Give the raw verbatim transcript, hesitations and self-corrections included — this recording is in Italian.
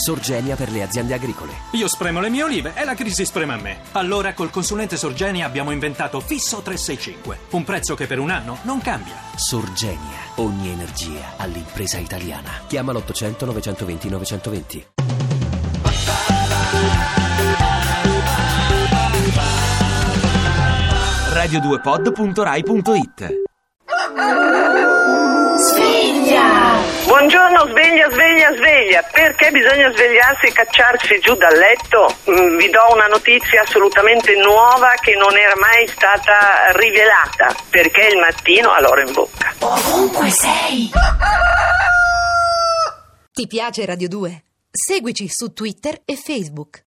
Sorgenia per le aziende agricole. Io spremo le mie olive e la crisi sprema me. Allora col consulente Sorgenia abbiamo inventato Fisso trecentosessantacinque. Un prezzo che per un anno non cambia. Sorgenia. Ogni energia all'impresa italiana. Chiama l'ottocento novecentoventi novecentoventi. radio due pod punto rai punto it. Sveglia! Buongiorno, sveglia, sveglia, sveglia. Perché bisogna svegliarsi e cacciarsi giù dal letto? Mm, vi do una notizia assolutamente nuova che non era mai stata rivelata. Perché il mattino ha l'oro in bocca. Ovunque sei! Ti piace Radio due? Seguici su Twitter e Facebook.